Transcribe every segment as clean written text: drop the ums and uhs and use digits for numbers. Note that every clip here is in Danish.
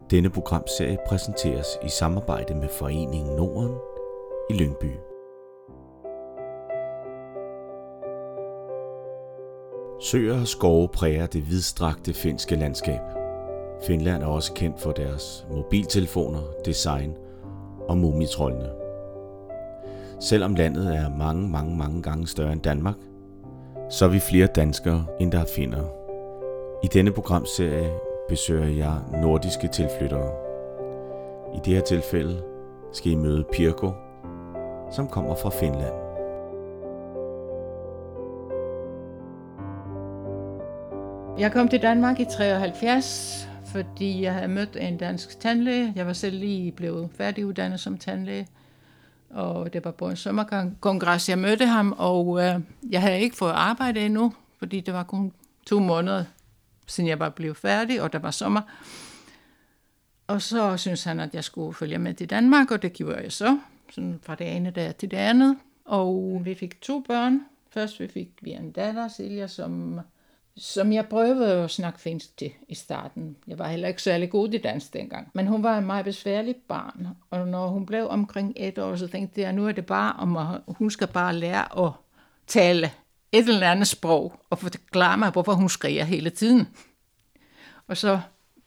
Denne programserie præsenteres i samarbejde med Foreningen Norden i Lyngby. Søer og skove præger det vidstrakte finske landskab. Finland er også kendt for deres mobiltelefoner, design og mumitroldene. Selvom landet er mange gange større end Danmark, så er vi flere danskere, end der er finner. I denne programserie besøger jeg nordiske tilflyttere. I det her tilfælde skal I møde Pirkko, som kommer fra Finland. Jeg kom til Danmark i 73, fordi jeg havde mødt en dansk tandlæge. Jeg var selv lige blevet færdiguddannet som tandlæge, og det var på en sommerkongres, jeg mødte ham, og jeg havde ikke fået arbejde endnu, fordi det var kun 2 måneder, siden jeg var blevet færdig, og der var sommer. Og så syntes han, at jeg skulle følge med til Danmark, og det gjorde jeg så, sådan fra det ene der til det andet. Og vi fik 2 børn. Først fik vi en datter, Silja, som jeg prøvede at snakke finsk til i starten. Jeg var heller ikke særlig god i dansk dengang. Men hun var en meget besværlig barn, og når hun blev omkring 1 år, så tænkte jeg, nu er det bare om, at hun skal bare lære at tale et eller andet sprog, og forklare mig, hvorfor hun skriger hele tiden. Og så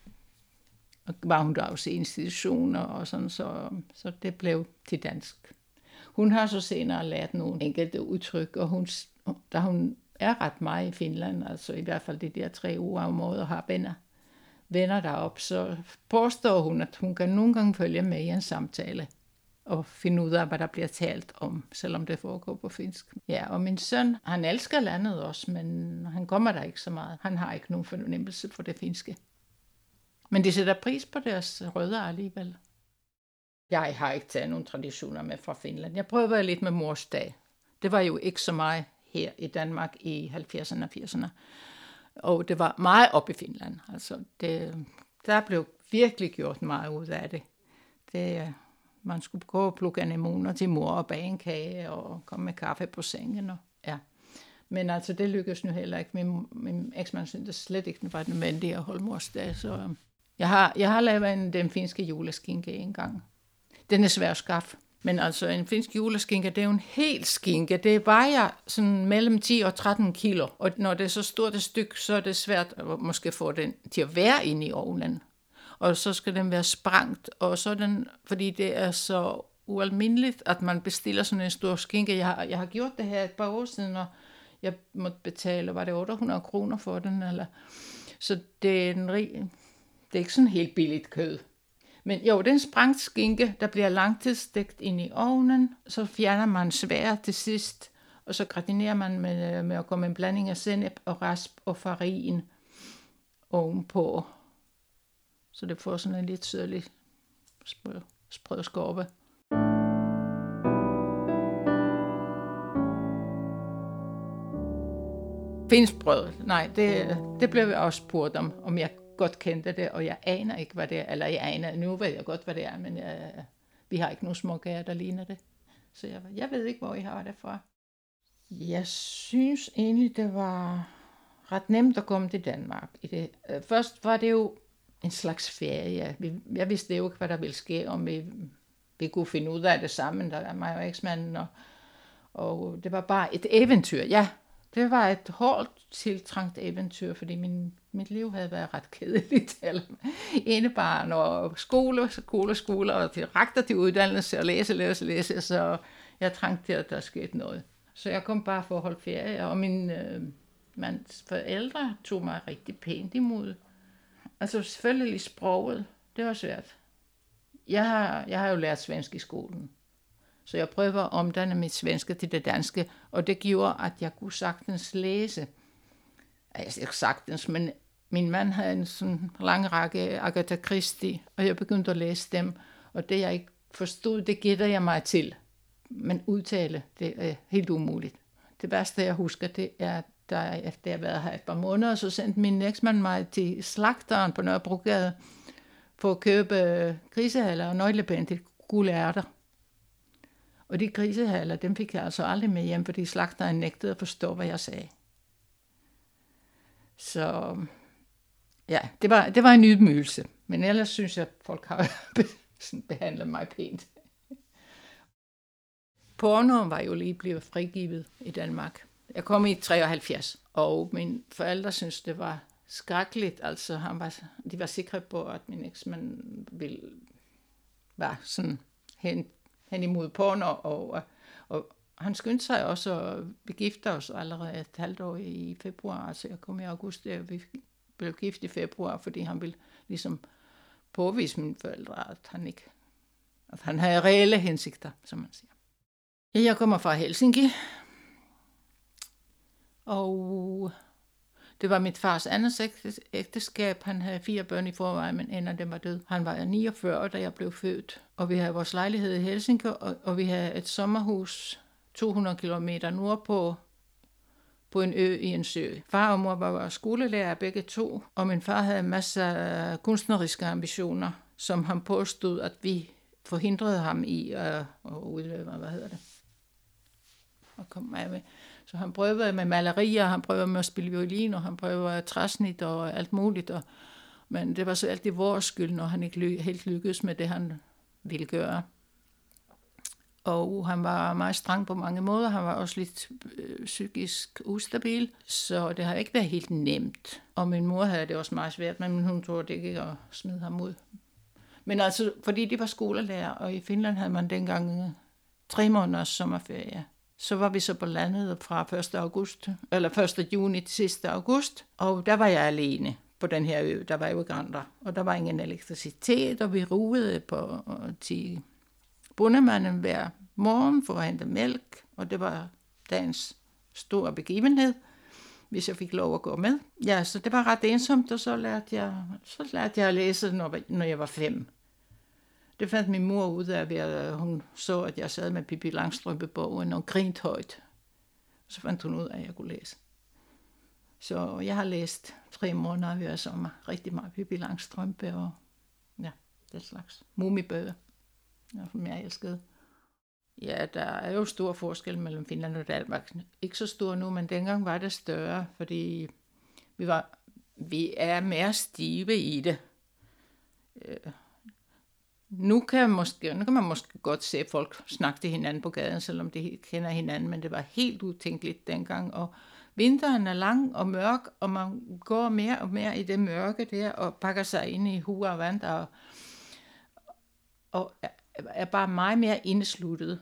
var hun der også i institutioner, og sådan, så det blev til dansk. Hun har så senere lært nogle enkelte udtryk, og da hun er ret meget i Finland, altså i hvert fald de der 3 uger om året, og har venner deroppe, så påstår hun, at hun kan nogle gange følge med i en samtale og finde ud af, hvad der bliver talt om, selvom det foregår på finsk. Ja, og min søn, han elsker landet også, men han kommer der ikke så meget. Han har ikke nogen fornemmelse for det finske. Men de sætter pris på deres rødder alligevel. Jeg har ikke taget nogen traditioner med fra Finland. Jeg prøvede lidt med mors dag. Det var jo ikke så meget her i Danmark i 70'erne og 80'erne. Og det var meget op i Finland. Altså der blev virkelig gjort meget ud af det. Man skulle gå og plukke anemoner til mor og bage en kage og komme med kaffe på sengen. Ja. Men altså, det lykkedes nu heller ikke. Min eksmand syntes slet ikke, det var nødvendigt at holde mors dag. Så jeg har lavet den finske juleskinke en gang. Den er svær at skaffe. Men altså, en finsk juleskinke, det er jo en hel skinke. Det vejer sådan mellem 10 og 13 kilo. Og når det er så stort et stykke, så er det svært at måske få den til at være inde i ovnen. Og så skal den være sprængt, og så fordi det er så ualmindeligt, at man bestiller sådan en stor skinke. Jeg har gjort det her et par år siden, og jeg måtte betale, var det 800 kroner for den? Eller? Så det er ikke sådan helt billigt kød. Men jo, den sprængt skinke, der bliver langtidsstegt ind i ovnen, så fjerner man sværet til sidst, og så gratinerer man med at komme en blanding af sennep og rasp og farin ovenpå. Så det får sådan en lidt sørlig sprød skorpe. Finskbrød, nej, det blev jeg også spurgt om jeg godt kendte det, og jeg aner ikke, hvad det er. Eller jeg aner, nu ved jeg godt, hvad det er, men vi har ikke nogen småkager, der ligner det. Så jeg ved ikke, hvor I har det fra. Jeg synes egentlig, det var ret nemt at komme til Danmark. Først var det jo en slags ferie. Jeg vidste jo ikke, hvad der ville ske, om vi kunne finde ud af det sammen, der er mig og eksmanden, og det var bare et eventyr. Ja, det var et hårdt tiltrængt eventyr, fordi mit liv havde været ret kedeligt. Enebarn og skole, og til rektor til uddannelse og læse, så jeg trængte til, at der skete noget. Så jeg kom bare for at holde ferie, og min mands forældre tog mig rigtig pænt imod. Altså selvfølgelig sproget, det var svært. Jeg har jo lært svensk i skolen, så jeg prøver at omdanne mit svenske til det danske, og det gjorde, at jeg kunne sagtens læse. Altså ikke sagtens, men min mand havde en sådan lang række Agatha Christie, og jeg begyndte at læse dem, og det jeg ikke forstod, det gætter jeg mig til. Men udtale, det er helt umuligt. Det værste jeg husker, det er, da efter jeg har været her et par måneder, så sendte min eksmand mig til slagteren på Nørrebrogade for at købe grisehaler og nøglepind til gule ærter. Og de grisehaler, dem fik jeg altså aldrig med hjem, fordi slagteren nægtede at forstå, hvad jeg sagde. Så ja, det var en ydmygelse. Men ellers synes jeg, at folk har behandlet mig pænt. Porno var jo lige blevet frigivet i Danmark. Jeg kom i 73, og mine forældre synes det var skrækkeligt. Altså, de var sikre på, at min eksmand var sådan hen imod porno, og han skyndte sig også at begifte os allerede et halvt år i februar. Altså, jeg kom i august, og vi blev gift i februar, fordi han ville ligesom påvise mine forældre, at han havde reelle hensigter, som man siger. Jeg kommer fra Helsinki, og det var mit fars andet ægteskab. Han havde 4 børn i forvejen, men en af dem var død. Han var 49, da jeg blev født, og vi havde vores lejlighed i Helsinki, og vi havde et sommerhus 200 kilometer nordpå på en ø i en sø. Far og mor var skolelærer begge to, og min far havde masser af kunstneriske ambitioner, som han påstod, at vi forhindrede ham i at udleve, Så han prøvede med malerier, han prøvede med at spille violin, og han prøvede træsnit og alt muligt. Men det var så altid vores skyld, når han ikke helt lykkedes med det, han ville gøre. Og han var meget streng på mange måder. Han var også lidt psykisk ustabil, så det har ikke været helt nemt. Og min mor havde det også meget svært, men hun tog det ikke at smide ham ud. Men altså, fordi de var skolelærer, og i Finland havde man dengang 3 måneders sommerferie. Så var vi så på landet fra 1. juni til sidste august, og der var jeg alene på den her ø. Der var jo ikke andre, og der var ingen elektricitet, og vi rugede til bondemanden hver morgen for at hente mælk, og det var dagens store begivenhed, hvis jeg fik lov at gå med. Ja, så det var ret ensomt, og så lærte jeg at læse, når jeg var 5. Det fandt min mor ud af, at hun så, at jeg sad med Pippi Langstrømpe-bogen og grinte højt. Så fandt hun ud af, at jeg kunne læse. Så jeg har læst 3 måneder hver sommer. Rigtig meget Pippi Langstrømpe og den slags mumibøger, som jeg elskede. Ja, der er jo stor forskel mellem Finland og Danmark. Ikke så stor nu, men dengang var det større, fordi vi er mere stive i det. Nu kan man måske godt se folk snakke til hinanden på gaden, selvom de kender hinanden, men det var helt utænkeligt dengang. Og vinteren er lang og mørk, og man går mere og mere i det mørke der, og pakker sig ind i huer og vand, og er bare meget mere indesluttet.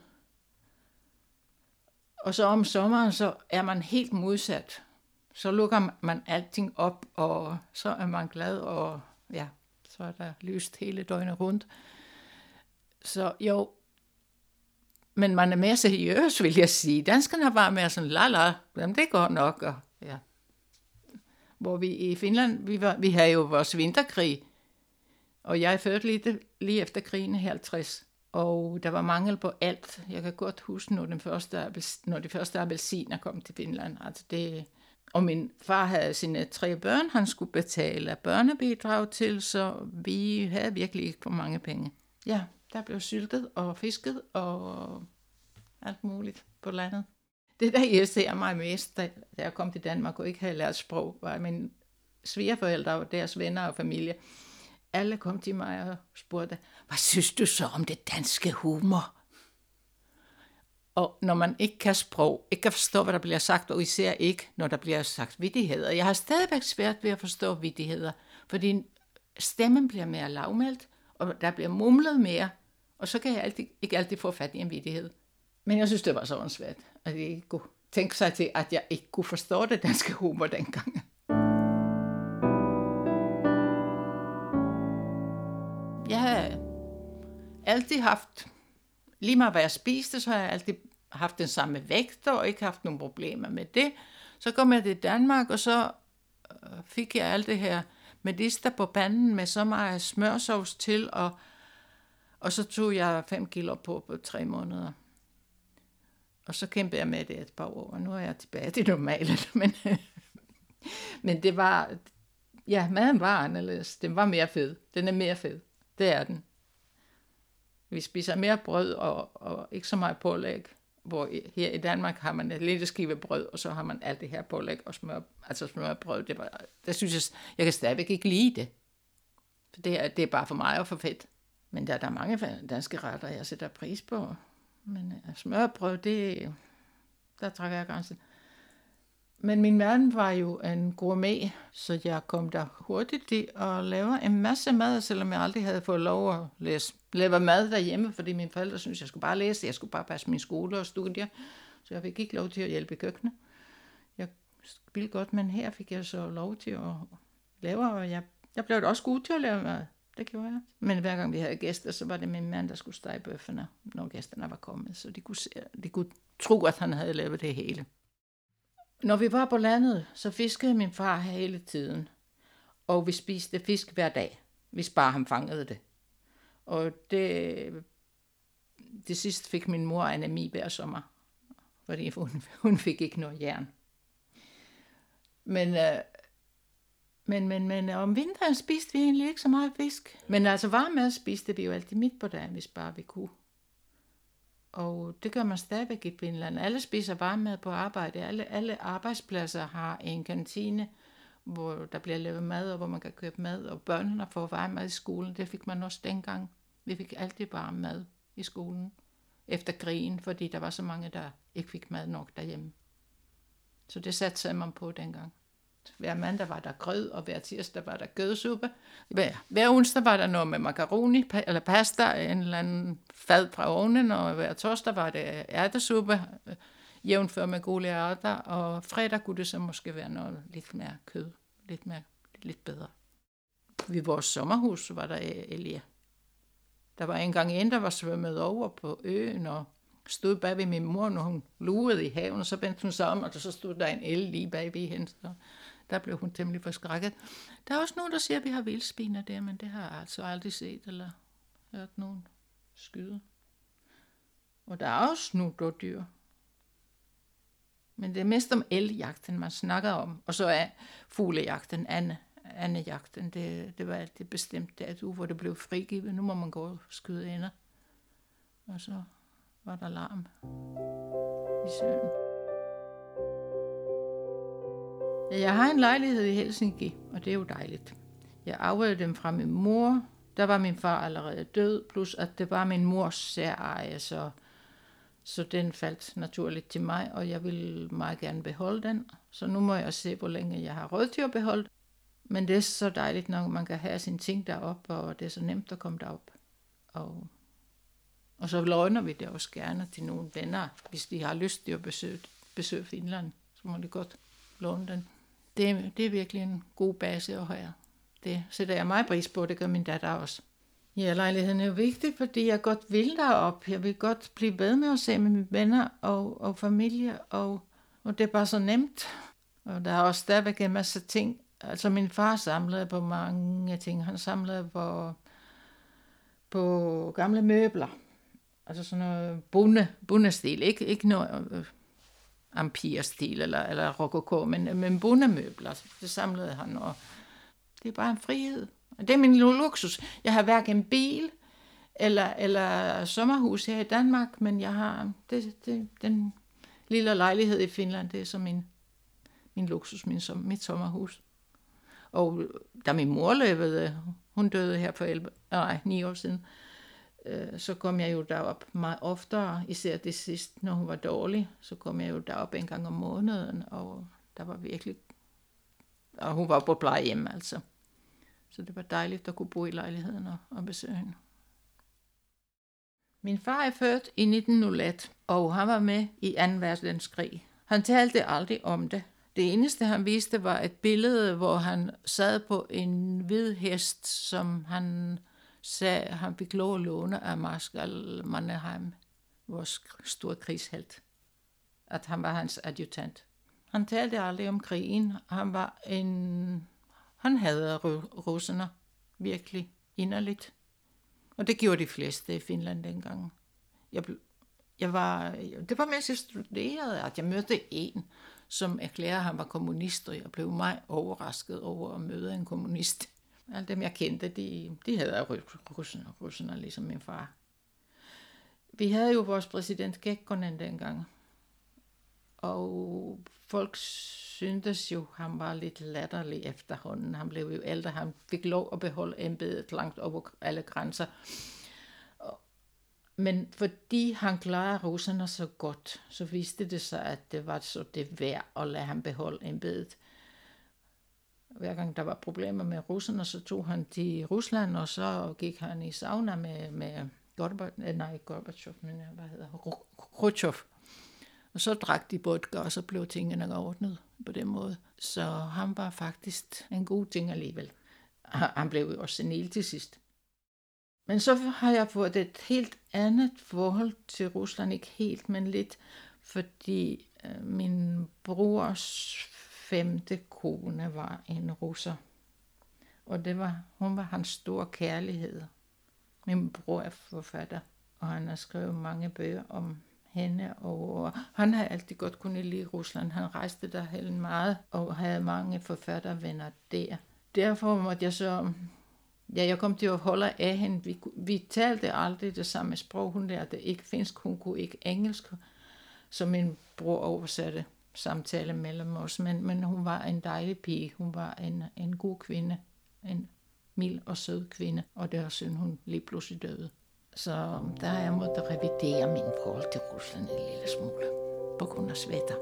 Og så om sommeren, så er man helt modsat. Så lukker man alting op, og så er man glad, og ja, så er der lyst hele døgnet rundt. Så jo, men man er mere seriøs, vil jeg sige. Danskerne er bare mere sådan, jamen det går nok. Og, ja. Hvor vi i Finland, vi havde jo vores vinterkrig, og jeg er født lige efter krigen i 50, og der var mangel på alt. Jeg kan godt huske, når de første appelsiner kom til Finland. Altså og min far havde sine 3 børn, han skulle betale børnebidrag til, så vi havde virkelig ikke for mange penge. Ja, der blev syltet og fisket og alt muligt på landet. Det, der irriterer mig mest, da jeg kom til Danmark og ikke havde lært sprog, var mine svigerforældre og deres venner og familie. Alle kom til mig og spurgte, hvad synes du så om det danske humor? Og når man ikke kan sprog, ikke kan forstå, hvad der bliver sagt, og især ikke, når der bliver sagt vittigheder. Jeg har stadigvæk svært ved at forstå vittigheder, fordi stemmen bliver mere lavmældt, og der bliver mumlet mere, og så kan jeg ikke altid få fat i en vittighed. Men jeg synes, det var så svært, at jeg ikke kunne tænke sig til, at jeg ikke kunne forstå det danske humor dengang. Jeg har altid haft, lige meget hvad jeg spiste, så har jeg altid haft den samme vægt, og ikke haft nogen problemer med det. Så kom jeg til Danmark, og så fik jeg alt det her medister på panden med så meget smørsovs til, og så tog jeg 5 kilo på 3 måneder. Og så kæmpede jeg med det et par år, og nu er jeg tilbage til normalt. Men det var, ja, maden var anderledes. Den var mere fed. Den er mere fed. Det er den. Vi spiser mere brød og ikke så meget pålæg. Hvor her i Danmark har man et lille skive brød, og så har man alt det her pålæg og smørbrød. Det synes jeg kan stadigvæk ikke lide det. For det er bare for mig og for fedt. Men der er mange danske retter, jeg sætter pris på. Men smørbrød, der trækker jeg grænsen. Men min mand var jo en gourmet, så jeg kom der hurtigt i at lave en masse mad, selvom jeg aldrig havde fået lov at lave mad derhjemme, fordi mine forældre syntes, jeg skulle bare læse, jeg skulle bare passe min skole og studier, så jeg fik ikke lov til at hjælpe i køkkenet. Jeg ville godt, men her fik jeg så lov til at lave, og jeg blev også god til at lave mad. Det gjorde jeg. Men hver gang vi havde gæster, så var det min mand, der skulle stege bøfferne, når gæsterne var kommet, så de kunne tro, at han havde lavet det hele. Når vi var på landet, så fiskede min far hele tiden, og vi spiste fisk hver dag, hvis bare han fangede det. Og det sidste fik min mor anemi hver sommer, fordi hun fik ikke noget jern. Men om vinteren spiste vi egentlig ikke så meget fisk. Men altså varm mad spiste vi jo altid midt på dagen, hvis bare vi kunne. Og det gør man stadigvæk i Finland. Alle spiser varm mad på arbejde. Alle arbejdspladser har en kantine, hvor der bliver lavet mad, og hvor man kan købe mad. Og børnene får varm mad i skolen. Det fik man også dengang. Vi fik altid varm mad i skolen efter krigen, fordi der var så mange, der ikke fik mad nok derhjemme. Så det satte man på dengang. Hver mandag var der grød, og hver tirsdag var der kødsuppe. Hver onsdag var der noget med macaroni eller pasta, en eller anden fad fra ovnen, og hver torsdag var det ærtesuppe, jævnfør med gule ærter, og fredag kunne det så måske være noget lidt mere kød, lidt bedre. Ved vores sommerhus var der elge. Der var engang en, der var svømmet over på øen, og stod bag ved min mor, når hun lugede i haven, og så vendte hun sig om, og så stod der en elg lige bag ved hende. Så der blev hun temmelig forskrækket. Der er også nogen, der siger, at vi har vildsviner der, men det har jeg altså aldrig set eller hørt nogen skyde. Og der er også nogle dyr. Men det er mest om elgjagten, man snakker om. Og så er fuglejagten, andejagten, det var altid bestemt det uge, hvor det blev frigivet. Nu må man gå og skyde ender. Og så var der larm i søen. Jeg har en lejlighed i Helsinki, og det er jo dejligt. Jeg arvede dem fra min mor. Der var min far allerede død, plus at det var min mors særeje, så den faldt naturligt til mig, og jeg vil meget gerne beholde den. Så nu må jeg se, hvor længe jeg har råd til at beholde den. Men det er så dejligt, når man kan have sine ting deroppe, og det er så nemt at komme derop. Og så låner vi det også gerne til nogle venner, hvis de har lyst til at besøge Finland, så må de godt låne den. Det er virkelig en god base at have. Det sætter jeg meget pris på, det gør min datter også. Ja, lejligheden er jo vigtig, fordi jeg godt vil derop. Jeg vil godt blive ved med at se med mine venner og familie, og det er bare så nemt. Og der er også stadigvæk en masse ting. Altså min far samlede på mange ting. Han samlede på gamle møbler. Altså sådan noget bondestil. Ikke noget ampirstil eller rokoko, men bondemøbler. Det samlede han, og det er bare en frihed. Og det er min luksus. Jeg har hverken bil eller sommerhus her i Danmark, men jeg har den lille lejlighed i Finland, det er så min luksus, mit sommerhus. Og da min mor levede, hun døde her for 9 år siden, så kom jeg jo derop meget oftere, især det sidste, når hun var dårlig, så kom jeg jo derop en gang om måneden, og der var virkelig, og hun var på plejehjem altså. Så det var dejligt at kunne bo i lejligheden og besøge hende. Min far er født i 1901, og han var med i 2. verdenskrig. Han talte aldrig om det. Det eneste, han viste, var et billede, hvor han sad på en hvid hest, som han sagde, han fik lov at låne af Marskal Mannerheim, vores store krigshelt. At han var hans adjutant. Han talte aldrig om krigen. Han havde russerne virkelig inderligt. Og det gjorde de fleste i Finland dengang. Det var mens jeg studerede, at jeg mødte en, som erklærede, at han var kommunist, og jeg blev meget overrasket over at møde en kommunist. Alle dem, jeg kendte, de havde russerne, ligesom min far. Vi havde jo vores præsident Kekkonen dengang, og folk syntes jo, han var lidt latterlig efterhånden. Han blev jo ældre, han fik lov at beholde embedet langt over alle grænser. Men fordi han klarede russerne så godt, så viste det sig, at det var så det værd at lade ham beholde embedet. Hver gang der var problemer med russerne, så tog han til Rusland, og så gik han i sauna med Gorbachev, men hvad hedder Khrushchev. Og så drak de vodka, og så blev tingene ordnet på den måde. Så han var faktisk en god ting alligevel. Han blev jo også senil til sidst. Men så har jeg fået et helt andet forhold til Rusland, ikke helt, men lidt, fordi min brors 5. kone var en russer. Og hun var hans store kærlighed. Min bror er forfatter, og han har skrevet mange bøger om hende, og han har altid godt kunnet lide Rusland. Han rejste der helt meget, og havde mange forfattervenner der. Derfor måtte jeg så... Ja, jeg kom til at holde af hende. Vi talte aldrig det samme sprog. Hun lærte ikke finsk, hun kunne ikke engelsk, så min bror oversatte samtale mellem os. Men hun var en dejlig pige. Hun var en god kvinde. En mild og sød kvinde. Og det var synd, hun lige pludselig døde. Så der har jeg måttet revidere min forhold til Rusland en lille smule. På grund af Svætter.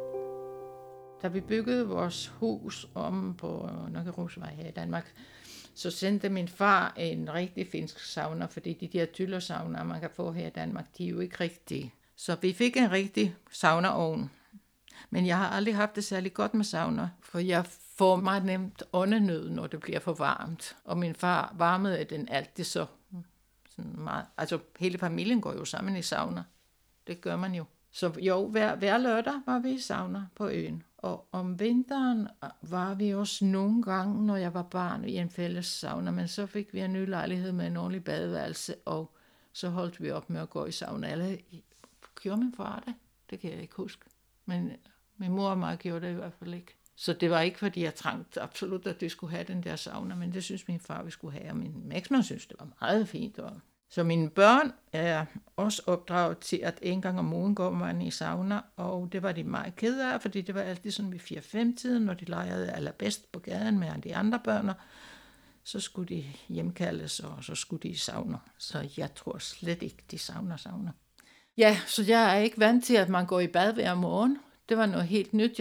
Da vi byggede vores hus om på Nørkerosvej her i Danmark, så sendte min far en rigtig finsk sauna, fordi de der tyllersauner, man kan få her i Danmark, de er jo ikke rigtige. Så vi fik en rigtig saunaovn. Men jeg har aldrig haft det særlig godt med sauna, for jeg får meget nemt åndenød, når det bliver for varmt. Og min far varmede den altid så sådan meget. Altså hele familien går jo sammen i sauna. Det gør man jo. Så jo, hver lørdag var vi i sauna på øen. Og om vinteren var vi også nogle gange, når jeg var barn, i en fælles sauna, men så fik vi en ny lejlighed med en ordentlig badeværelse, og så holdt vi op med at gå i sauna. Eller gjorde min far det? Det kan jeg ikke huske. Men min mor og mig gjorde det i hvert fald ikke. Så det var ikke, fordi jeg trængte absolut, at de skulle have den der sauna, men det synes min far, vi skulle have, og min eksmand synes, det var meget fint. Så mine børn er også opdraget til, at en gang om ugen går man i sauna, og det var de meget kede af, fordi det var altid sådan ved 4-5-tiden, når de legede allerbedst på gaden med de andre børn, så skulle de hjemkaldes, og så skulle de i sauna. Så jeg tror slet ikke, de sauna. Ja, så jeg er ikke vant til, at man går i bad hver morgen. Det var noget helt nyt,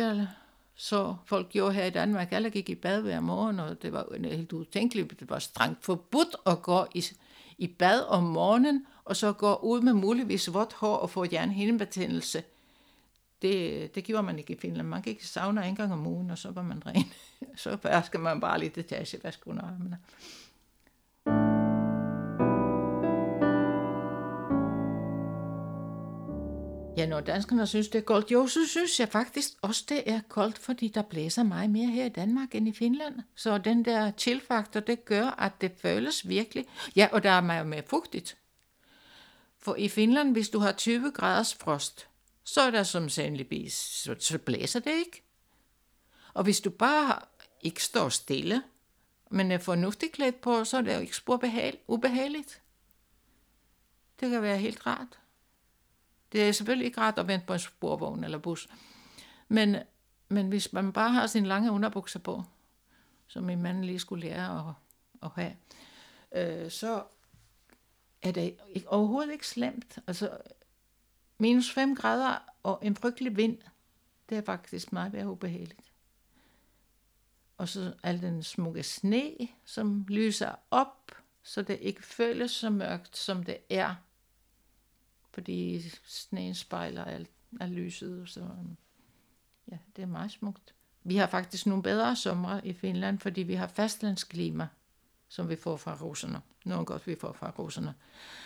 så folk gjorde her i Danmark. Alle gik i bad hver morgen, og det var helt utænkeligt. Det var strengt forbudt at gå i bad om morgenen, og så gå ud med muligvis vådt hår og få hjernehindebetændelse. Det gjorde man ikke i Finland. Man gik i sauna en gang om ugen, og så var man ren. Så vasker man bare lidt etagevask under armene. Ja, når danskerne synes, det er koldt, jo, så synes jeg faktisk også, det er koldt, fordi der blæser meget mere her i Danmark end i Finland. Så den der chill-faktor, det gør, at det føles virkelig. Ja, og der er meget mere fugtigt. For i Finland, hvis du har 20 graders frost, så er der som sandsynligvis, så blæser det ikke. Og hvis du bare ikke står stille, men er fornuftigt klædt på, så er det jo ikke spor ubehageligt. Det kan være helt rart. Det er selvfølgelig ikke rart at vente på en sporvogn eller bus. Men hvis man bare har sine lange underbukser på, som min mand lige skulle lære at have, så er det overhovedet ikke slemt. Altså, -5 grader og en frygtelig vind, det er faktisk meget mere ubehageligt. Og så al den smukke sne, som lyser op, så det ikke føles så mørkt, som det er. Fordi sneen spejler alt lyset, så ja, det er meget smukt. Vi har faktisk nogle bedre somre i Finland, fordi vi har fastlandsklima, som vi får fra russerne. Noget godt, vi får fra russerne.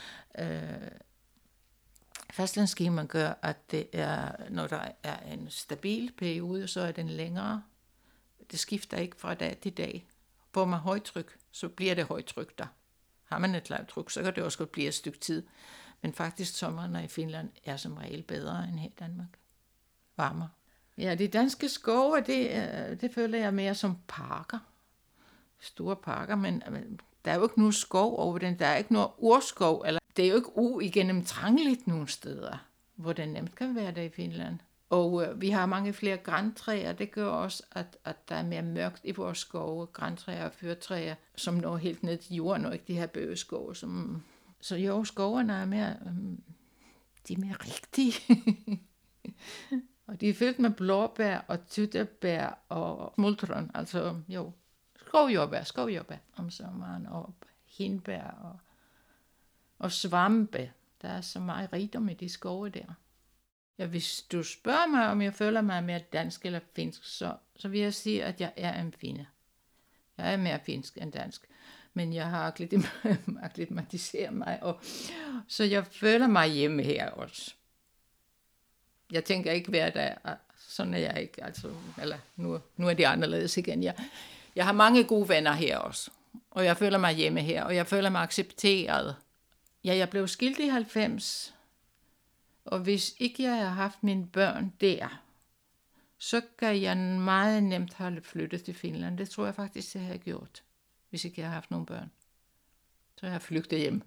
Fastlandsklima gør, at det er, når der er en stabil periode, så er den længere. Det skifter ikke fra dag til dag. Får man højtryk, så bliver det højtryk der. Har man et lavt tryk, så kan det også godt blive et stykke tid. Men faktisk sommerne i Finland er som regel bedre end her i Danmark. Varmere. Ja, de danske skove, det føler jeg mere som parker. Store parker, men der er jo ikke nogen skov over den. Der er ikke noget urskov, eller det er jo ikke uigennemtrængeligt nogle steder, hvor det nemt kan være det i Finland. Og vi har mange flere grantræer. Det gør også, at der er mere mørkt i vores skove. Grantræer og fyrtræer, som når helt ned til jorden, og ikke de her bøgeskove. Så jo, skovene er mere, de er mere rigtige. Og de er fyldt med blåbær og tyttebær og smuldron. Altså jo, skovjordbær om sommeren, og hindbær og svampe. Der er så meget rigdom i de skove der. Ja, hvis du spørger mig, om jeg føler mig mere dansk eller finsk, så vil jeg sige, at jeg er en finne. Jeg er mere finsk end dansk. Men jeg har akklimatiseret mig, så jeg føler mig hjemme her også. Jeg tænker ikke hver dag, sådan er jeg ikke. Altså, eller nu er det anderledes igen. Jeg har mange gode venner her også, og jeg føler mig hjemme her, og jeg føler mig accepteret. Ja, jeg blev skilt i 90, og hvis ikke jeg havde haft mine børn der, så kan jeg meget nemt have flyttet til Finland. Det tror jeg faktisk, jeg havde gjort, hvis ikke jeg havde haft nogle børn. Så jeg har flygtet hjem.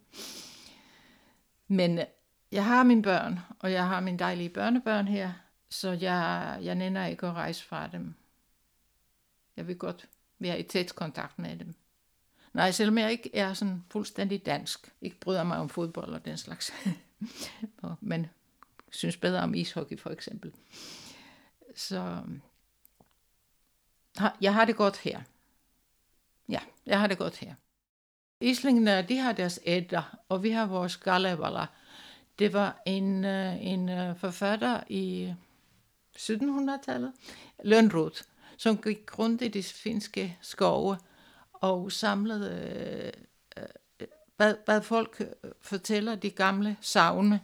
Men jeg har mine børn, og jeg har mine dejlige børnebørn her, så jeg nænder ikke at rejse fra dem. Jeg vil godt være i tæt kontakt med dem. Nej, selvom jeg ikke er sådan fuldstændig dansk, ikke bryder mig om fodbold og den slags, men synes bedre om ishockey for eksempel. Så jeg har det godt her. Ja, jeg har det godt her. Islændingene, de har deres ætter, og vi har vores Kalevala. Det var en forfatter i 1700-tallet, Lönnrot, som gik rundt i de finske skove og samlede, bad folk fortælle de gamle sagne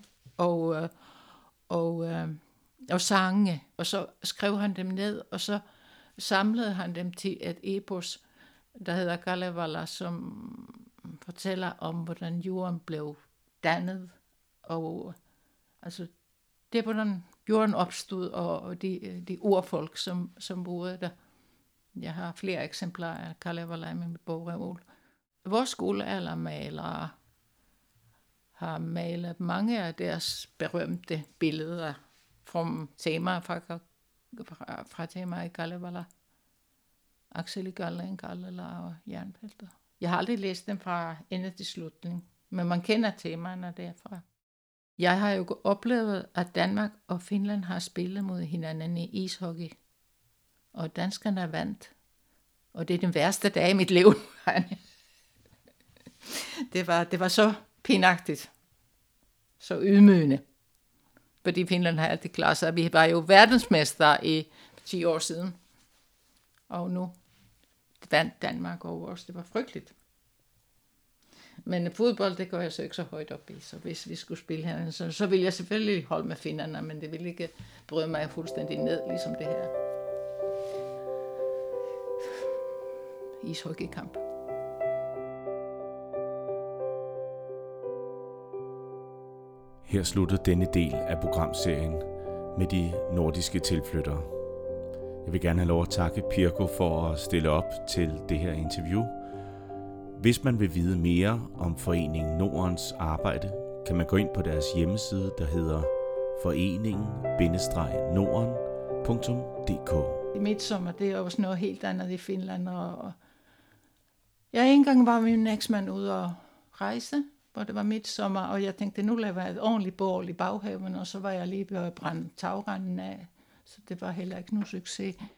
og sange, og så skrev han dem ned, og så samlede han dem til et epos, der hedder Kalevala, som fortæller om, hvordan jorden blev dannet, og altså det er, hvordan jorden opstod, og de urfolk, som boede der. Jeg har flere eksemplarer af Kalevala med mit bogreol. Vores skolealdermalere har malet mange af deres berømte billeder fra temaer i Kalevala. Axel Gallen og Jernpelter. Jeg har aldrig læst dem fra ende til slutning, men man kender temaerne derfra. Jeg har jo oplevet, at Danmark og Finland har spillet mod hinanden i ishockey, og danskerne vandt. Og det er den værste dag i mit liv. Det var så pinagtigt, så ydmygende. Fordi Finland har altid klaret sig. Vi var jo verdensmester i 10 år siden. Og nu vandt Danmark over os. Det var frygteligt. Men fodbold, det går jeg så ikke så højt op i. Så hvis vi skulle spille her, så ville jeg selvfølgelig holde med finnerne, men det ville ikke bryde mig fuldstændig ned, ligesom det her ishockeykamp. Her slutter denne del af programserien med de nordiske tilflyttere. Jeg vil gerne have lov at takke Pirkko for at stille op til det her interview. Hvis man vil vide mere om Foreningen Nordens arbejde, kan man gå ind på deres hjemmeside, der hedder foreningen-norden.dk. Midsommer, det er også noget helt andet i Finland. Og jeg engang var min eksmand ude og rejse, hvor det var midsommer, og jeg tænkte, nu laver jeg et ordentligt bål i baghaven, og så var jeg lige ved at brænde tagranden af. Så det var heller ikke nogen succes.